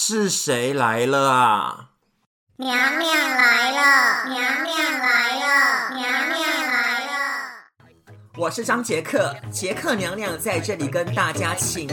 是谁来了啊？ 娘娘来了，娘娘来了，娘娘来了。 我是张杰克，杰克娘娘在这里跟大家请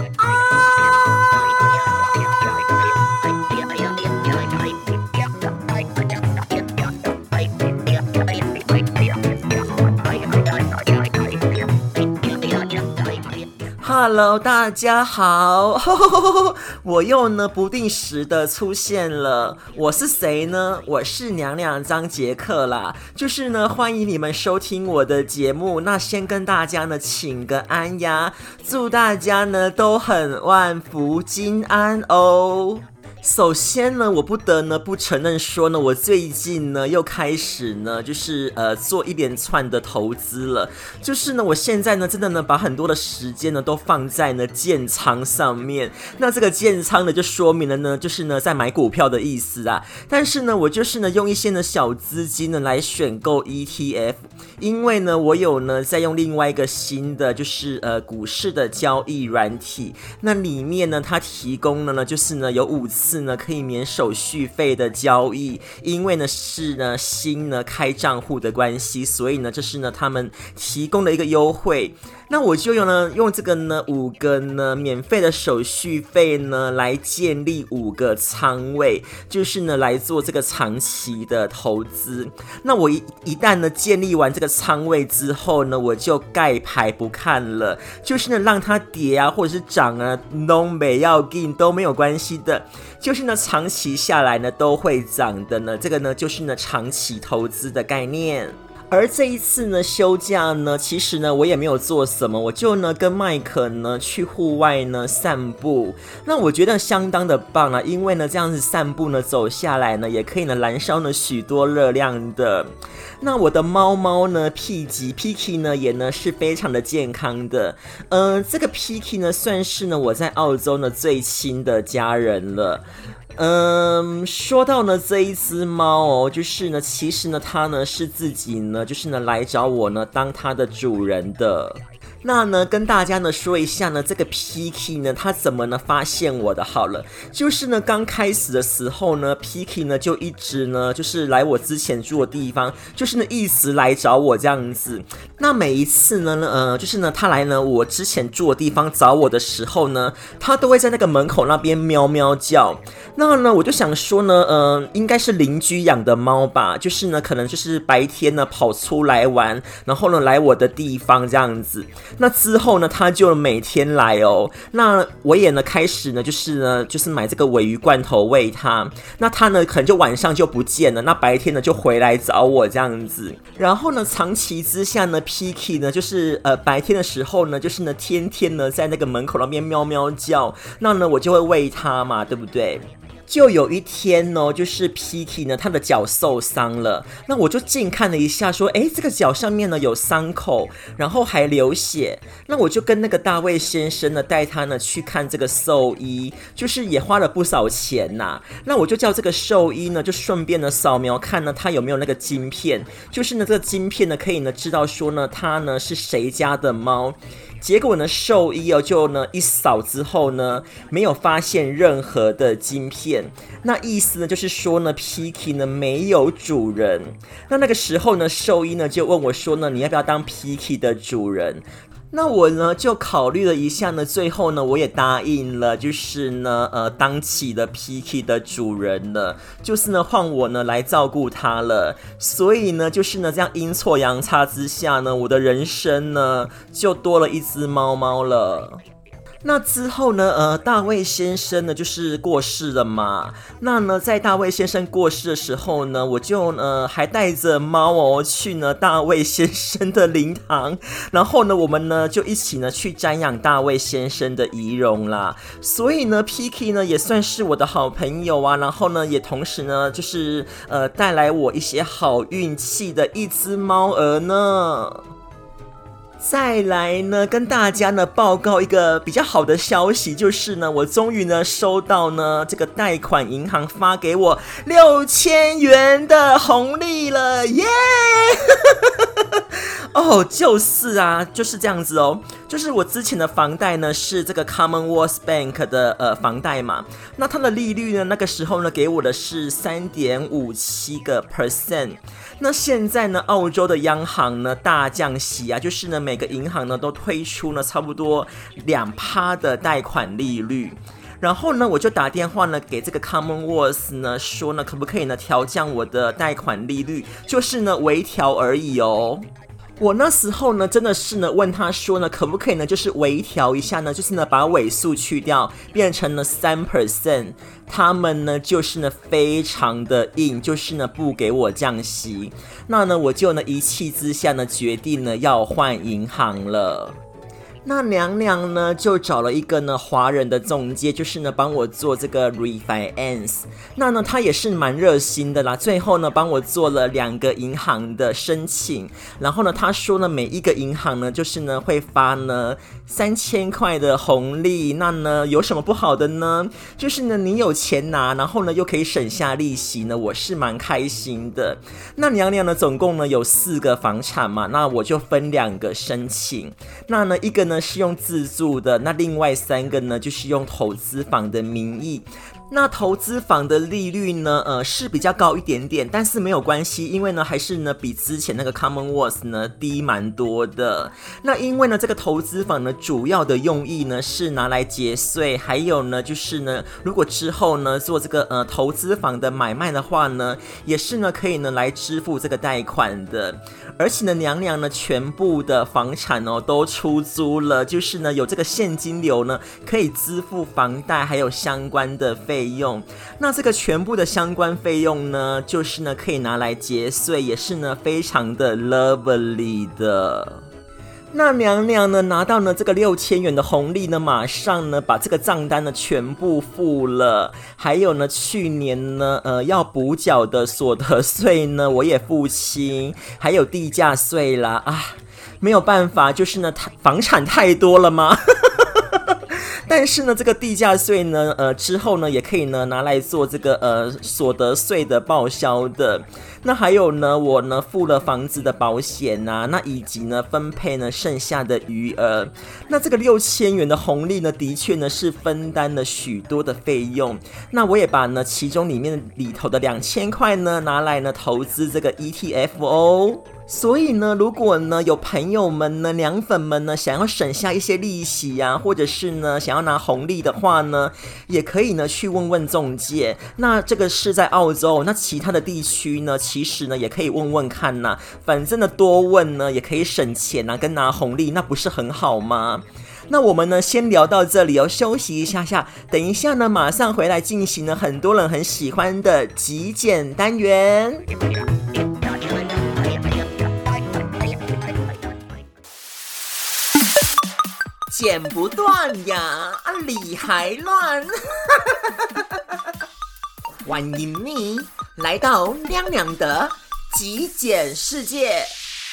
Hello， 大家好，我又呢不定时的出现了。我是谁呢？我是娘娘张杰克啦。就是呢，欢迎你们收听我的节目。那先跟大家呢请个安呀，祝大家呢都很万福金安哦。首先呢，我不得呢不承认说呢，我最近呢又开始呢就是做一连串的投资了。就是呢，我现在呢真的呢把很多的时间呢都放在呢建仓上面。那这个建仓呢就说明了呢，就是呢在买股票的意思啊。但是呢，我就是呢用一些呢小资金呢来选购 ETF， 因为呢我有呢在用另外一个新的就是股市的交易软体，那里面呢它提供了呢就是呢有5次呢可以免手续费的交易，因为呢是呢新呢开账户的关系，所以呢这是呢他们提供的一个优惠。那我就用这个呢5个呢免费的手续费呢来建立5个仓位，就是呢来做这个长期的投资。那我一旦呢建立完这个仓位之后呢，我就盖牌不看了，就是呢让它跌啊或者是涨啊都没要紧，都没有关系的，就是呢长期下来呢都会涨的呢，这个呢就是呢长期投资的概念。而这一次呢休假呢，其实呢我也没有做什么，我就呢跟麦克呢去户外呢散步。那我觉得相当的棒啊，因为呢这样子散步呢走下来呢，也可以呢燃烧呢许多热量的。那我的猫呢 P 吉 Piki 呢也呢是非常的健康的。这个 Piki 呢算是呢我在澳洲呢最亲的家人了。说到呢这一只猫哦，就是呢其实呢它呢是自己呢就是呢来找我呢当它的主人的。那呢跟大家呢说一下呢这个 Piki 呢它怎么呢发现我的好了。就是呢刚开始的时候呢 Piki 呢就一直呢就是来我之前住的地方，就是呢一直来找我这样子。那每一次呢就是呢他来呢我之前住的地方找我的时候呢，他都会在那个门口那边喵喵叫。那呢我就想说呢应该是邻居养的猫吧，就是呢可能就是白天呢跑出来玩，然后呢来我的地方这样子。那之后呢他就每天来哦，那我也呢开始呢就是买这个鲔鱼罐头喂他。那他呢可能就晚上就不见了，那白天呢就回来找我这样子。然后呢长期之下呢 Piki 呢就是白天的时候呢就是呢天天呢在那个门口那边喵喵叫，那呢我就会喂他嘛，对不对？就有一天呢，就是 Piki 呢，他的脚受伤了。那我就近看了一下，说，这个脚上面呢有伤口，然后还流血。那我就跟那个大卫先生呢，带他呢去看这个兽医，就是也花了不少钱呐。那我就叫这个兽医呢，就顺便呢扫描看呢，他有没有那个晶片，就是呢这个晶片呢可以呢知道说呢，他呢是谁家的猫。结果呢兽医就呢一扫之后呢，没有发现任何的晶片。那意思呢就是说呢 Piki 呢没有主人。那个时候呢兽医呢就问我说呢，你要不要当 Piki 的主人？那我呢就考虑了一下呢，最后呢我也答应了，就是呢当起了 Piki 的主人了，就是呢换我呢来照顾他了。所以呢就是呢这样阴错阳差之下呢，我的人生呢就多了一只猫猫了。那之后呢大卫先生呢就是过世了嘛。那呢在大卫先生过世的时候呢，我就还带着猫去呢大卫先生的灵堂，然后呢我们呢就一起呢去瞻仰大卫先生的遗容啦。所以呢 Piki 呢也算是我的好朋友啊，然后呢也同时呢就是带来我一些好运气的一只猫儿呢。再来呢跟大家呢报告一个比较好的消息，就是呢我终于呢收到呢这个贷款银行发给我6000元的红利了耶哦，就是啊，就是这样子哦。就是我之前的房贷呢是这个 Commonwealth Bank 的房贷嘛，那它的利率呢那个时候呢给我的是 3.57%。那现在呢澳洲的央行呢大降息啊，就是呢每个银行呢都推出呢差不多2%的贷款利率。然后呢，我就打电话呢给这个 Commonwealth 呢，说呢可不可以呢调降我的贷款利率，就是呢微调而已哦。我那时候呢真的是呢问他说呢可不可以呢就是微调一下呢，就是呢把尾数去掉，变成了 3%。他们呢就是呢非常的硬，就是呢不给我降息。那呢我就呢一气之下呢决定呢要换银行了。那娘娘呢就找了一个呢华人的中介，就是呢帮我做这个 refinance。那呢他也是蛮热心的啦，最后呢帮我做了2个银行的申请。然后呢他说呢每一个银行呢就是呢会发呢3000块的红利。那呢有什么不好的呢？就是呢你有钱拿，然后呢又可以省下利息呢，我是蛮开心的。那娘娘呢总共呢有4个房产嘛，那我就分2个申请。那呢一个呢是用自住的，那另外3个呢就是用投资房的名义。那投资房的利率呢是比较高一点点，但是没有关系，因为呢还是呢比之前那个 Commonwealth 呢低蛮多的。那因为呢这个投资房呢主要的用意呢是拿来节税，还有呢就是呢如果之后呢做这个投资房的买卖的话呢，也是呢可以呢来支付这个贷款的。而且呢娘娘呢全部的房产哦都出租了，就是呢有这个现金流呢可以支付房贷还有相关的费用。那这个全部的相关费用呢就是呢可以拿来节税，也是呢非常的 lovely 的。那娘娘呢拿到呢这个6000元的红利呢，马上呢把这个账单呢全部付了，还有呢去年呢要补缴的所得税呢我也付清，还有地价税啦啊，没有办法，就是呢房产太多了吗？但是呢这个地价税呢之后呢也可以呢拿来做这个所得税的报销的。那还有呢我呢付了房子的保险啊，那以及呢分配呢剩下的余额。那这个6000元的红利呢的确呢是分担了许多的费用。那我也把呢其中里头的2000块呢拿来呢投资这个 ETF 哦。所以呢如果呢有朋友们呢娘粉们呢想要省下一些利息啊，或者是呢想要拿红利的话呢，也可以呢去问问中介。那这个是在澳洲，那其他的地区呢其实呢也可以问问看呐，反正呢多问呢也可以省钱啊，跟拿红利那不是很好吗？那我们呢先聊到这里哦，休息一下下，等一下呢马上回来进行呢很多人很喜欢的极简单元。剪不断呀，理还乱。欢迎你来到娘娘的极简世界。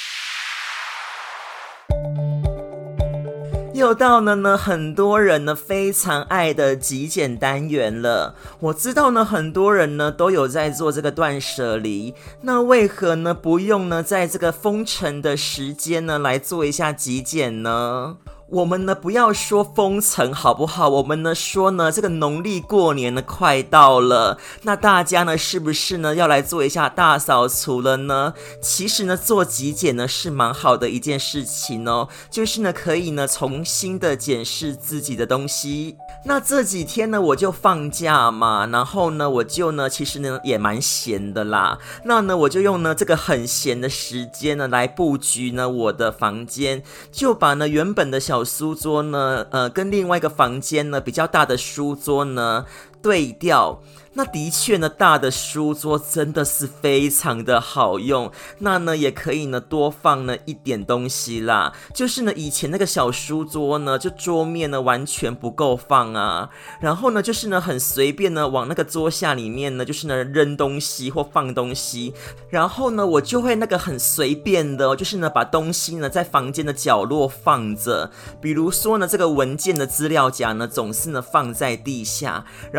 又到了呢很多人呢非常爱的极简单元了。我知道呢很多人呢都有在做这个断舍离，那为何呢不用呢在这个封城的时间呢来做一下极简呢？我们呢不要说封城好不好，我们呢说呢这个农历过年呢快到了，那大家呢是不是呢要来做一下大扫除了呢？其实呢做极简呢是蛮好的一件事情哦，就是呢可以呢重新的检视自己的东西。那这几天呢我就放假嘛，然后呢我就呢其实呢也蛮闲的啦，那呢我就用呢这个很闲的时间呢来布局呢我的房间，就把呢原本的小书桌呢跟另外一个房间呢比较大的书桌呢对调。那的确呢大的书桌真的是非常的好用，那呢也可以呢多放呢一点东西啦，就是呢以前那个小书桌呢就桌面呢完全不够放啊，然后呢就是呢很随便呢往那个桌下里面呢就是呢扔东西或放东西，然后呢我就会那个很随便的就是呢把东西呢在房间的角落放着，比如说呢这个文件的资料夹呢总是呢放在地下，然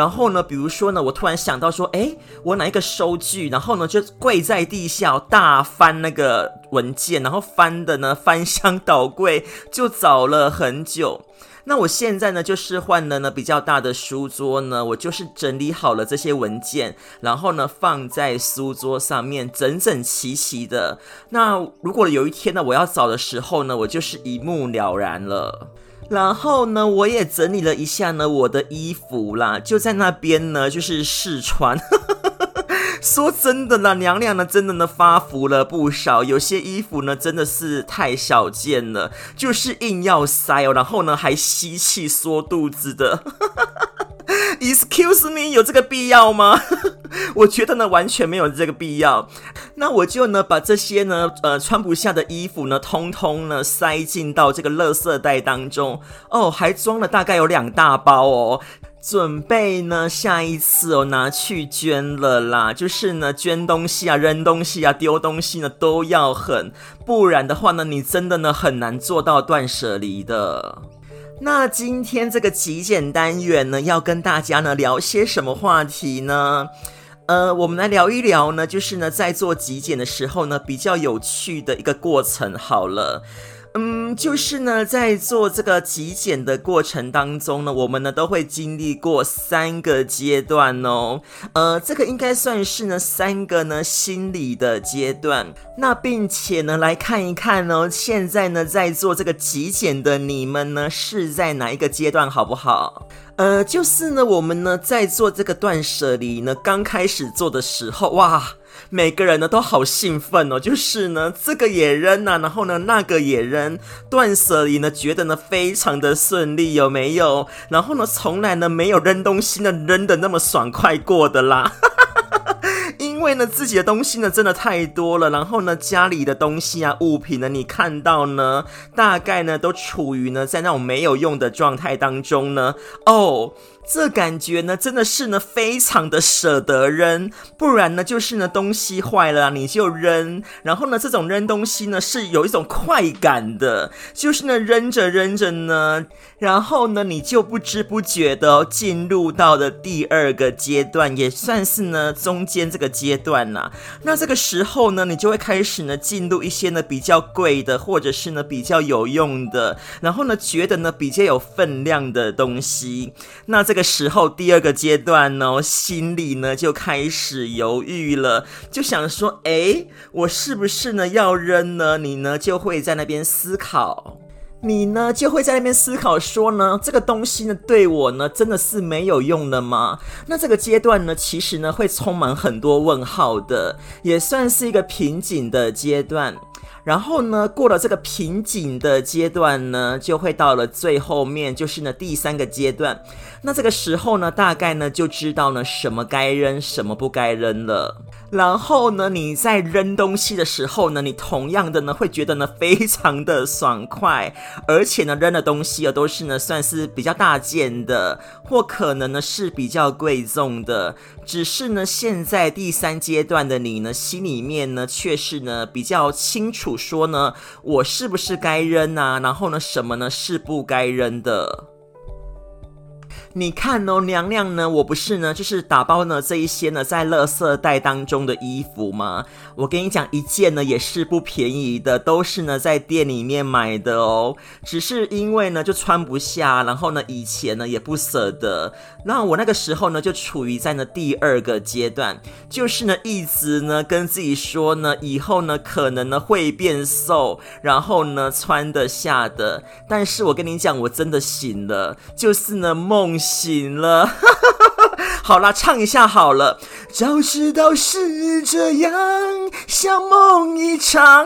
然后呢，比如说呢，我突然想到说，我哪一个收据，然后呢就跪在地下大翻那个文件，然后翻的呢翻箱倒柜，就找了很久。那我现在呢，就是换了呢比较大的书桌呢，我就是整理好了这些文件，然后呢放在书桌上面，整整齐齐的。那如果有一天呢，我要找的时候呢，我就是一目了然了。然后呢，我也整理了一下呢我的衣服啦，就在那边呢就是试穿。说真的啦，娘娘呢真的呢发福了不少，有些衣服呢真的是太小件了，就是硬要塞哦，然后呢还吸气缩肚子的。Excuse me， 有这个必要吗？我觉得呢完全没有这个必要。那我就呢把这些呢穿不下的衣服呢通通呢塞进到这个垃圾袋当中哦，还装了大概有2大包哦。准备呢下一次拿去捐了啦，就是呢捐东西啊、扔东西啊、丢东西呢都要狠，不然的话呢你真的呢很难做到断舍离的。那今天这个极简单元呢要跟大家呢聊些什么话题呢？我们来聊一聊呢，就是呢在做极简的时候呢比较有趣的一个过程好了。就是呢在做这个极简的过程当中呢，我们呢都会经历过3个阶段哦。这个应该算是呢3个呢心理的阶段。那并且呢来看一看哦，现在呢在做这个极简的你们呢是在哪一个阶段好不好？就是呢我们呢在做这个断舍离呢刚开始做的时候，哇，每个人呢都好兴奋哦，就是呢这个也扔啊，然后呢那个也扔，断舍离呢觉得呢非常的顺利，有没有？然后呢从来呢没有扔东西呢扔的那么爽快过的啦。因为呢自己的东西呢真的太多了，然后呢家里的东西啊物品呢你看到呢大概呢都处于呢在那种没有用的状态当中呢，这感觉呢真的是呢非常的舍得扔，不然呢就是呢东西坏了你就扔，然后呢这种扔东西呢是有一种快感的，就是呢扔着扔着呢，然后呢你就不知不觉的进入到了第2个阶段，也算是呢中间这个阶段啦。那这个时候呢你就会开始呢进入一些呢比较贵的，或者是呢比较有用的，然后呢觉得呢比较有分量的东西。那这个时候第2个阶段呢，心里呢就开始犹豫了，就想说我是不是呢要扔呢？你呢就会在那边思考，你呢就会在那边思考说呢，这个东西呢对我呢真的是没有用的吗？那这个阶段呢其实呢会充满很多问号的，也算是一个瓶颈的阶段。然后呢过了这个瓶颈的阶段呢，就会到了最后面，就是呢第3个阶段。那这个时候呢大概呢就知道呢什么该扔什么不该扔了。然后呢你在扔东西的时候呢，你同样的呢会觉得呢非常的爽快，而且呢扔的东西都是呢算是比较大件的，或可能呢是比较贵重的，只是呢现在第3阶段的你呢心里面呢却是呢比较清楚说呢我是不是该扔啊，然后呢什么呢是不该扔的。你看哦，娘娘呢，我不是呢，就是打包呢这一些呢在垃圾袋当中的衣服吗？我跟你讲，一件呢也是不便宜的，都是呢在店里面买的哦。只是因为呢就穿不下，然后呢以前呢也不舍得。那我那个时候呢就处于在呢第2个阶段，就是呢一直呢跟自己说呢，以后呢可能呢会变瘦，然后呢穿得下的。但是我跟你讲，我真的醒了，就是呢梦醒了。好啦，唱一下好了。早知道是这样，像梦一场。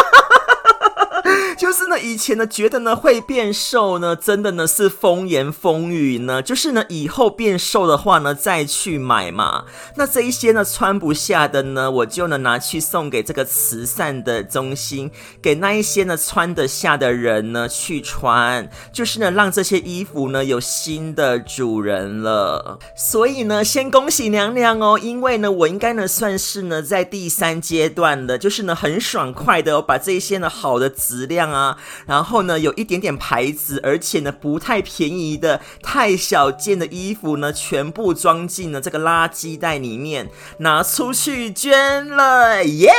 就是呢以前呢觉得呢会变瘦呢真的呢是风言风语呢，就是呢以后变瘦的话呢再去买嘛。那这一些呢穿不下的呢，我就呢拿去送给这个慈善的中心，给那一些呢穿得下的人呢去穿，就是呢让这些衣服呢有新的主人了。所以呢先恭喜娘娘哦，因为呢我应该呢算是呢在第3阶段的，就是呢很爽快的把这一些呢好的质量啊啊，然后呢有一点点牌子，而且呢不太便宜的太小件的衣服呢，全部装进了这个垃圾袋里面，拿出去捐了，耶、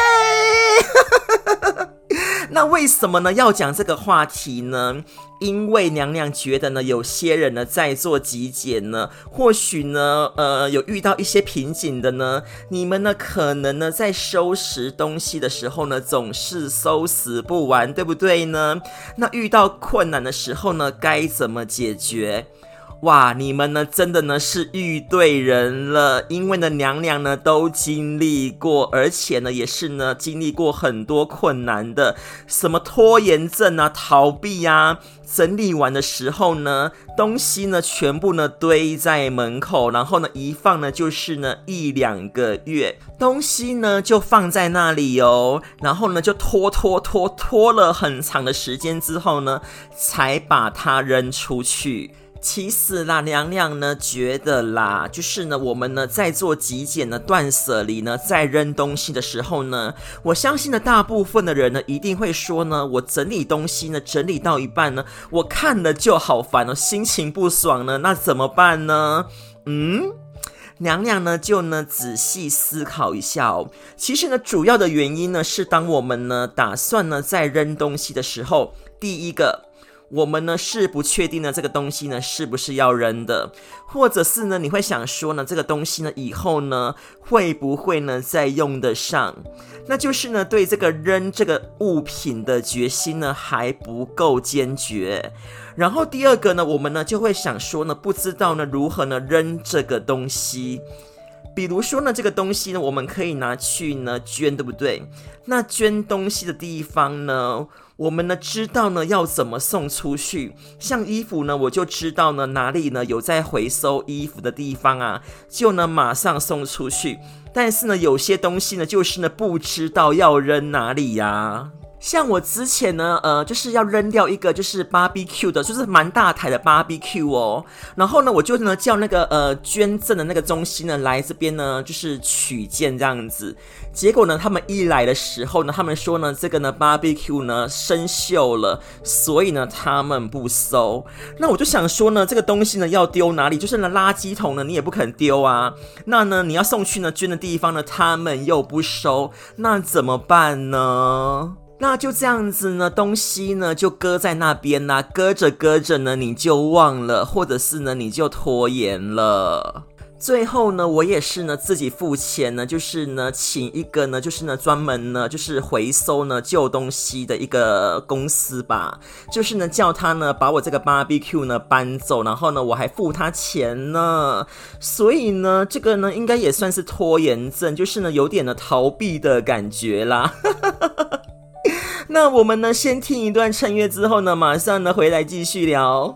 那为什么呢要讲这个话题呢？因为娘娘觉得呢，有些人呢在做极简呢，或许呢，有遇到一些瓶颈的呢，你们呢可能呢在收拾东西的时候呢，总是收拾不完，对不对呢？那遇到困难的时候呢，该怎么解决？哇，你们呢真的呢是遇对人了，因为呢娘娘呢都经历过，而且呢也是呢经历过很多困难的，什么拖延症啊、逃避啊，整理完的时候呢，东西呢全部呢堆在门口，然后呢一放呢就是呢1-2个月，东西呢就放在那里哦，然后呢就拖了很长的时间之后呢，才把它扔出去。其实啦，娘娘呢觉得啦，就是呢我们呢在做极简呢、断舍离呢，在扔东西的时候呢，我相信呢大部分的人呢一定会说呢，我整理东西呢，整理到一半呢，我看了就好烦哦，心情不爽呢，那怎么办呢？娘娘呢就呢仔细思考一下哦。其实呢主要的原因呢是当我们呢打算呢在扔东西的时候，第一个，我们呢是不确定呢这个东西呢是不是要扔的，或者是呢你会想说呢这个东西呢以后呢会不会呢再用得上，那就是呢对这个扔这个物品的决心呢还不够坚决。然后第二个呢，我们呢就会想说呢不知道呢如何呢扔这个东西。比如说呢这个东西呢我们可以拿去呢捐，对不对？那捐东西的地方呢，我们呢知道呢要怎么送出去，像衣服呢我就知道呢哪里呢有在回收衣服的地方啊，就呢马上送出去。但是呢有些东西呢就是呢不知道要扔哪里啊。像我之前呢，就是要扔掉一个就是 barbecue 的，就是蛮大台的 barbecue 哦。然后呢，我就呢叫那个捐赠的那个中心呢来这边呢，就是取件这样子。结果呢，他们一来的时候呢，他们说呢这个呢 barbecue 呢生锈了，所以呢他们不收。那我就想说呢，这个东西呢要丢哪里？就是呢垃圾桶呢你也不肯丢啊。那呢你要送去呢捐的地方呢，他们又不收，那怎么办呢？那就这样子呢，东西呢就搁在那边啦，搁着呢你就忘了，或者是呢你就拖延了。最后呢，我也是呢自己付钱呢，就是呢请一个呢，就是呢专门呢就是回收呢旧东西的一个公司吧，就是呢叫他呢把我这个 barbecue 呢搬走，然后呢我还付他钱呢，所以呢这个呢应该也算是拖延症，就是呢有点呢逃避的感觉啦。那我们呢先听一段衬乐之后呢，马上呢回来继续聊。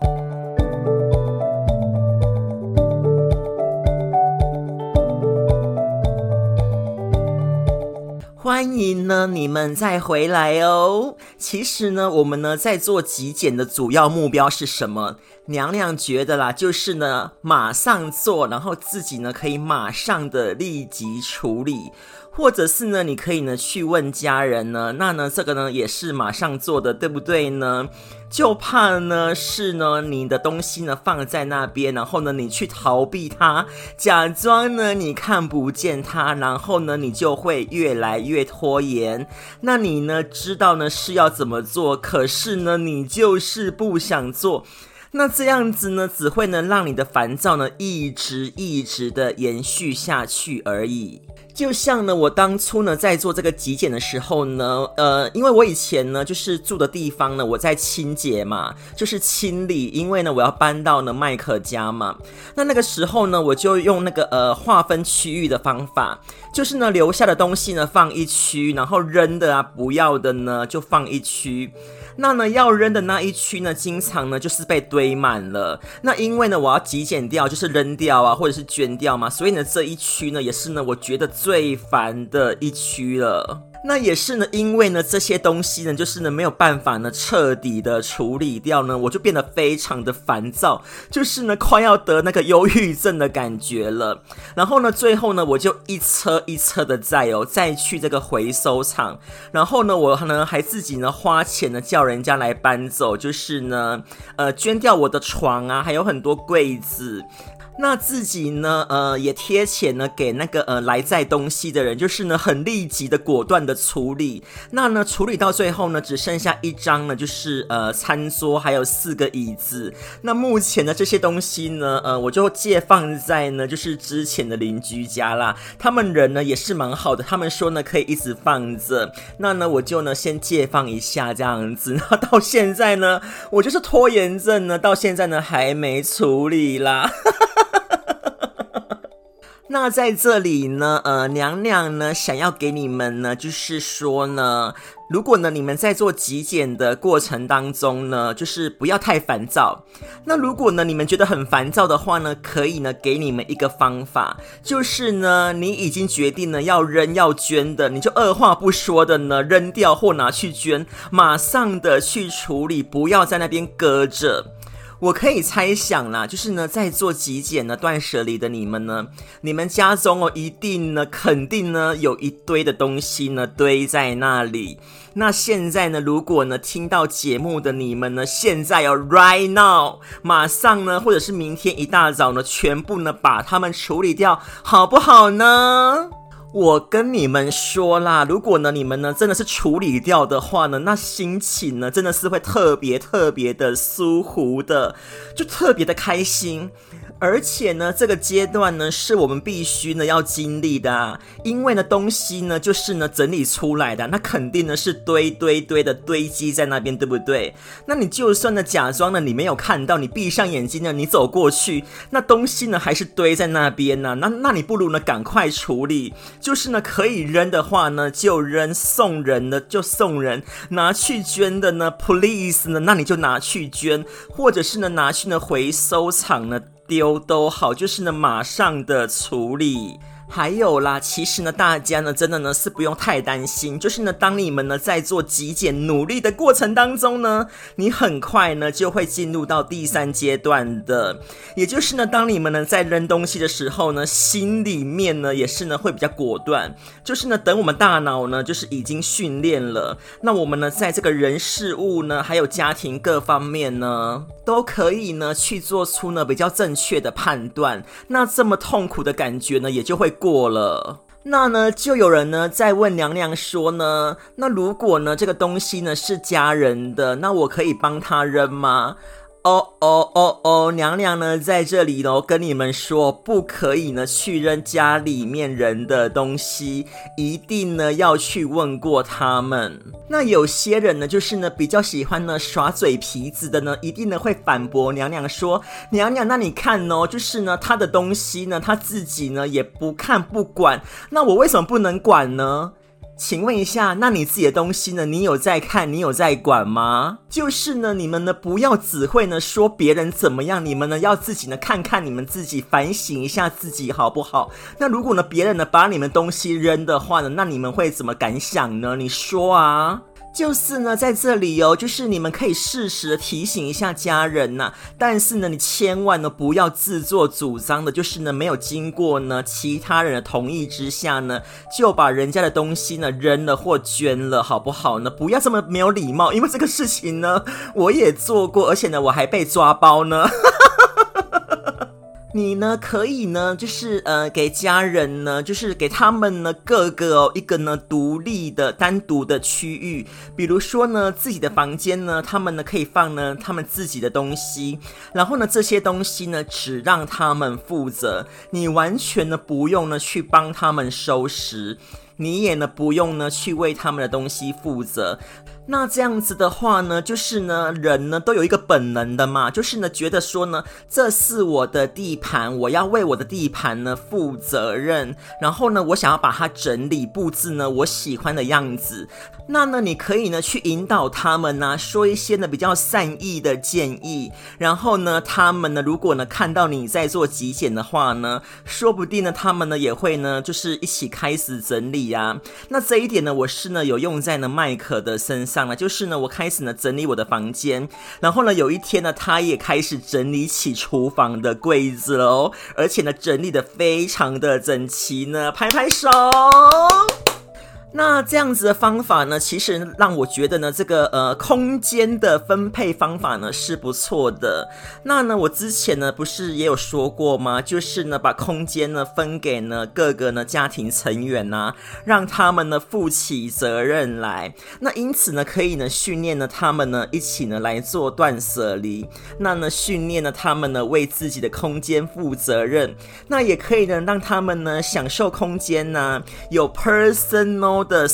欢迎呢你们再回来哦。其实呢我们呢在做极简的主要目标是什么？娘娘觉得啦，就是呢马上做，然后自己呢可以马上的立即处理，或者是呢你可以呢去问家人呢，那呢这个呢也是马上做的，对不对呢？就怕呢是呢你的东西呢放在那边，然后呢你去逃避它，假装呢你看不见它，然后呢你就会越来越拖延。那你呢知道呢是要怎么做，可是呢你就是不想做。那这样子呢只会呢让你的烦躁呢一直的延续下去而已。就像呢我当初呢在做这个极简的时候呢，因为我以前呢就是住的地方呢我在清洁嘛，就是清理，因为呢我要搬到呢麦克家嘛。那个时候呢我就用那个划分区域的方法，就是呢留下的东西呢放一区，然后扔的啊不要的呢就放一区。那呢要扔的那一区呢经常呢就是被堆满了，那因为呢我要极简掉，就是扔掉啊或者是捐掉嘛，所以呢这一区呢也是呢我觉得最烦的一区了。 那也是呢，因为呢这些东西呢，就是呢没有办法呢彻底的处理掉呢，我就变得非常的烦躁，就是呢快要得那个忧郁症的感觉了。然后呢，最后呢我就一车一车的再去这个回收厂，然后呢我呢还自己呢花钱呢叫人家来搬走，就是呢捐掉我的床啊，还有很多柜子。那自己呢，也贴钱呢给那个来载东西的人，就是呢很立即的果断的处理。那呢处理到最后呢，只剩下一张呢，就是餐桌还有4个椅子。那目前呢这些东西呢，我就借放在呢就是之前的邻居家啦。他们人呢也是蛮好的，他们说呢可以一直放着。那呢我就呢先借放一下这样子。那到现在呢，我就是拖延症呢，到现在呢还没处理啦。那在这里呢，娘娘呢想要给你们呢，就是说呢，如果呢你们在做极简的过程当中呢，就是不要太烦躁。那如果呢你们觉得很烦躁的话呢，可以呢给你们一个方法，就是呢你已经决定呢要扔要捐的，你就二话不说的呢扔掉或拿去捐，马上的去处理，不要在那边搁着。我可以猜想啦，就是呢，在做极简呢、断舍离的你们呢，你们家中一定呢、肯定呢，有一堆的东西呢堆在那里。那现在呢，如果呢听到节目的你们呢，现在right now， 马上呢，或者是明天一大早呢，全部呢把它们处理掉，好不好呢？我跟你们说啦，如果呢你们呢真的是处理掉的话呢，那心情呢真的是会特别的舒服的，就特别的开心。而且呢这个阶段呢是我们必须呢要经历的啊，因为呢东西呢就是呢整理出来的，那肯定呢是堆的堆积在那边，对不对？那你就算呢假装呢你没有看到，你闭上眼睛呢你走过去，那东西呢还是堆在那边啊，那你不如呢赶快处理，就是呢可以扔的话呢就扔，送人的就送人，拿去捐的呢 please 呢，那你就拿去捐，或者是呢拿去呢回收厂呢丢都好，就是呢马上的处理。还有啦，其实呢大家呢真的呢是不用太担心，就是呢当你们呢在做极简努力的过程当中呢，你很快呢就会进入到第3阶段的，也就是呢当你们呢在扔东西的时候呢，心里面呢也是呢会比较果断，就是呢等我们大脑呢就是已经训练了，那我们呢在这个人事物呢还有家庭各方面呢都可以呢去做出呢比较正确的判断，那这么痛苦的感觉呢也就会过了。那呢就有人呢在问娘娘说呢，那如果呢这个东西呢是家人的，那我可以帮他扔吗？娘娘呢在这里呢跟你们说，不可以呢去扔家里面人的东西，一定呢要去问过他们。那有些人呢就是呢比较喜欢呢耍嘴皮子的呢，一定呢会反驳娘娘说，娘娘那你看哦，就是呢他的东西呢他自己呢也不看不管，那我为什么不能管呢？请问一下，那你自己的东西呢？你有在看，你有在管吗？就是呢，你们呢不要只会呢说别人怎么样，你们呢要自己呢看看你们自己，反省一下自己好不好？那如果呢别人呢把你们东西扔的话呢，那你们会怎么感想呢？你说啊。就是呢在这里哦，就是你们可以适时的提醒一下家人呐，但是呢你千万呢不要自作主张的，就是呢没有经过呢其他人的同意之下呢就把人家的东西呢扔了或捐了，好不好呢？不要这么没有礼貌，因为这个事情呢我也做过，而且呢我还被抓包呢。你呢可以呢就是给家人呢，就是给他们呢各个一个呢独立的单独的区域，比如说呢自己的房间呢，他们呢可以放呢他们自己的东西，然后呢这些东西呢只让他们负责，你完全呢不用呢去帮他们收拾，你也呢不用呢去为他们的东西负责。 那这样子的话呢，就是呢，人呢都有一个本能的嘛，就是呢觉得说呢，这是我的地盘，我要为我的地盘呢负责任，然后呢，我想要把它整理布置呢我喜欢的样子。那呢，你可以呢去引导他们呢，说一些呢比较善意的建议，然后呢，他们呢如果呢看到你在做极简的话呢，说不定呢他们呢也会呢就是一起开始整理啊。那这一点呢，我是呢有用在呢麦克的身上呢，就是呢我开始呢整理我的房间，然后呢有一天呢他也开始整理起厨房的柜子了哦，而且呢整理的非常的整齐呢，拍拍手。那这样子的方法呢，其实让我觉得呢，这个空间的分配方法呢是不错的。那呢，我之前呢不是也有说过吗？就是呢把空间呢分给呢各个呢家庭成员啊，让他们呢负起责任来。那因此呢，可以呢训练呢他们呢一起呢来做断舍离。那呢训练呢他们呢为自己的空间负责任。那也可以呢让他们呢享受空间呢，有 personal的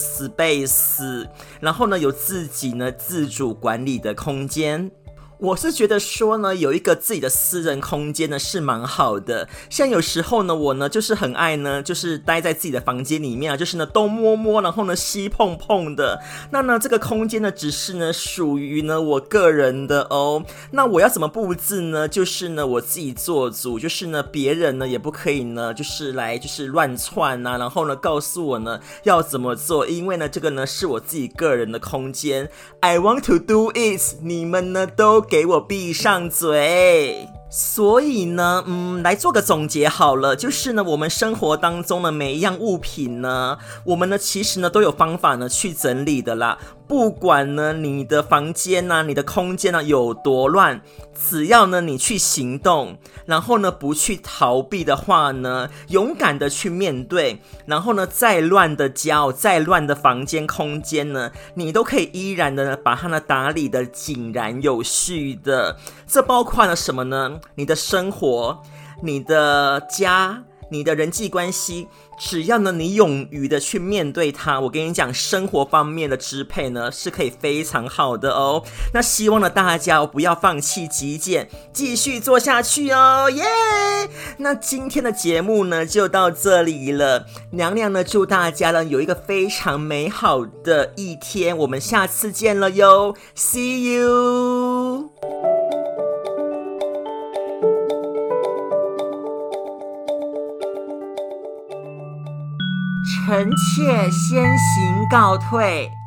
space， 然后呢有自己呢自主管理的空间。我是觉得说呢，有一个自己的私人空间呢是蛮好的。像有时候呢，我呢就是很爱呢，就是待在自己的房间里面啊，就是呢东摸摸，然后呢西碰碰的。那呢这个空间呢，只是呢属于呢我个人的哦。那我要怎么布置呢？就是呢我自己做主，就是呢别人呢也不可以呢，就是来就是乱窜啊，然后呢告诉我呢要怎么做，因为呢这个呢是我自己个人的空间。I want to do it， 你们呢都给我闭上嘴。所以呢，来做个总结好了，就是呢，我们生活当中的每一样物品呢，我们呢其实呢都有方法呢去整理的啦。不管呢你的房间啊，你的空间啊有多乱，只要呢你去行动，然后呢不去逃避的话呢，勇敢的去面对，然后呢再乱的家，再乱的房间空间呢，你都可以依然的把它呢打理的井然有序的。这包括了什么呢？你的生活，你的家，你的人际关系，只要呢你勇于的去面对它，我跟你讲，生活方面的支配呢是可以非常好的哦。那希望呢大家不要放弃极简，继续做下去哦，耶！那今天的节目呢就到这里了，娘娘呢祝大家呢有一个非常美好的一天，我们下次见了哟 ，See you。臣妾先行告退。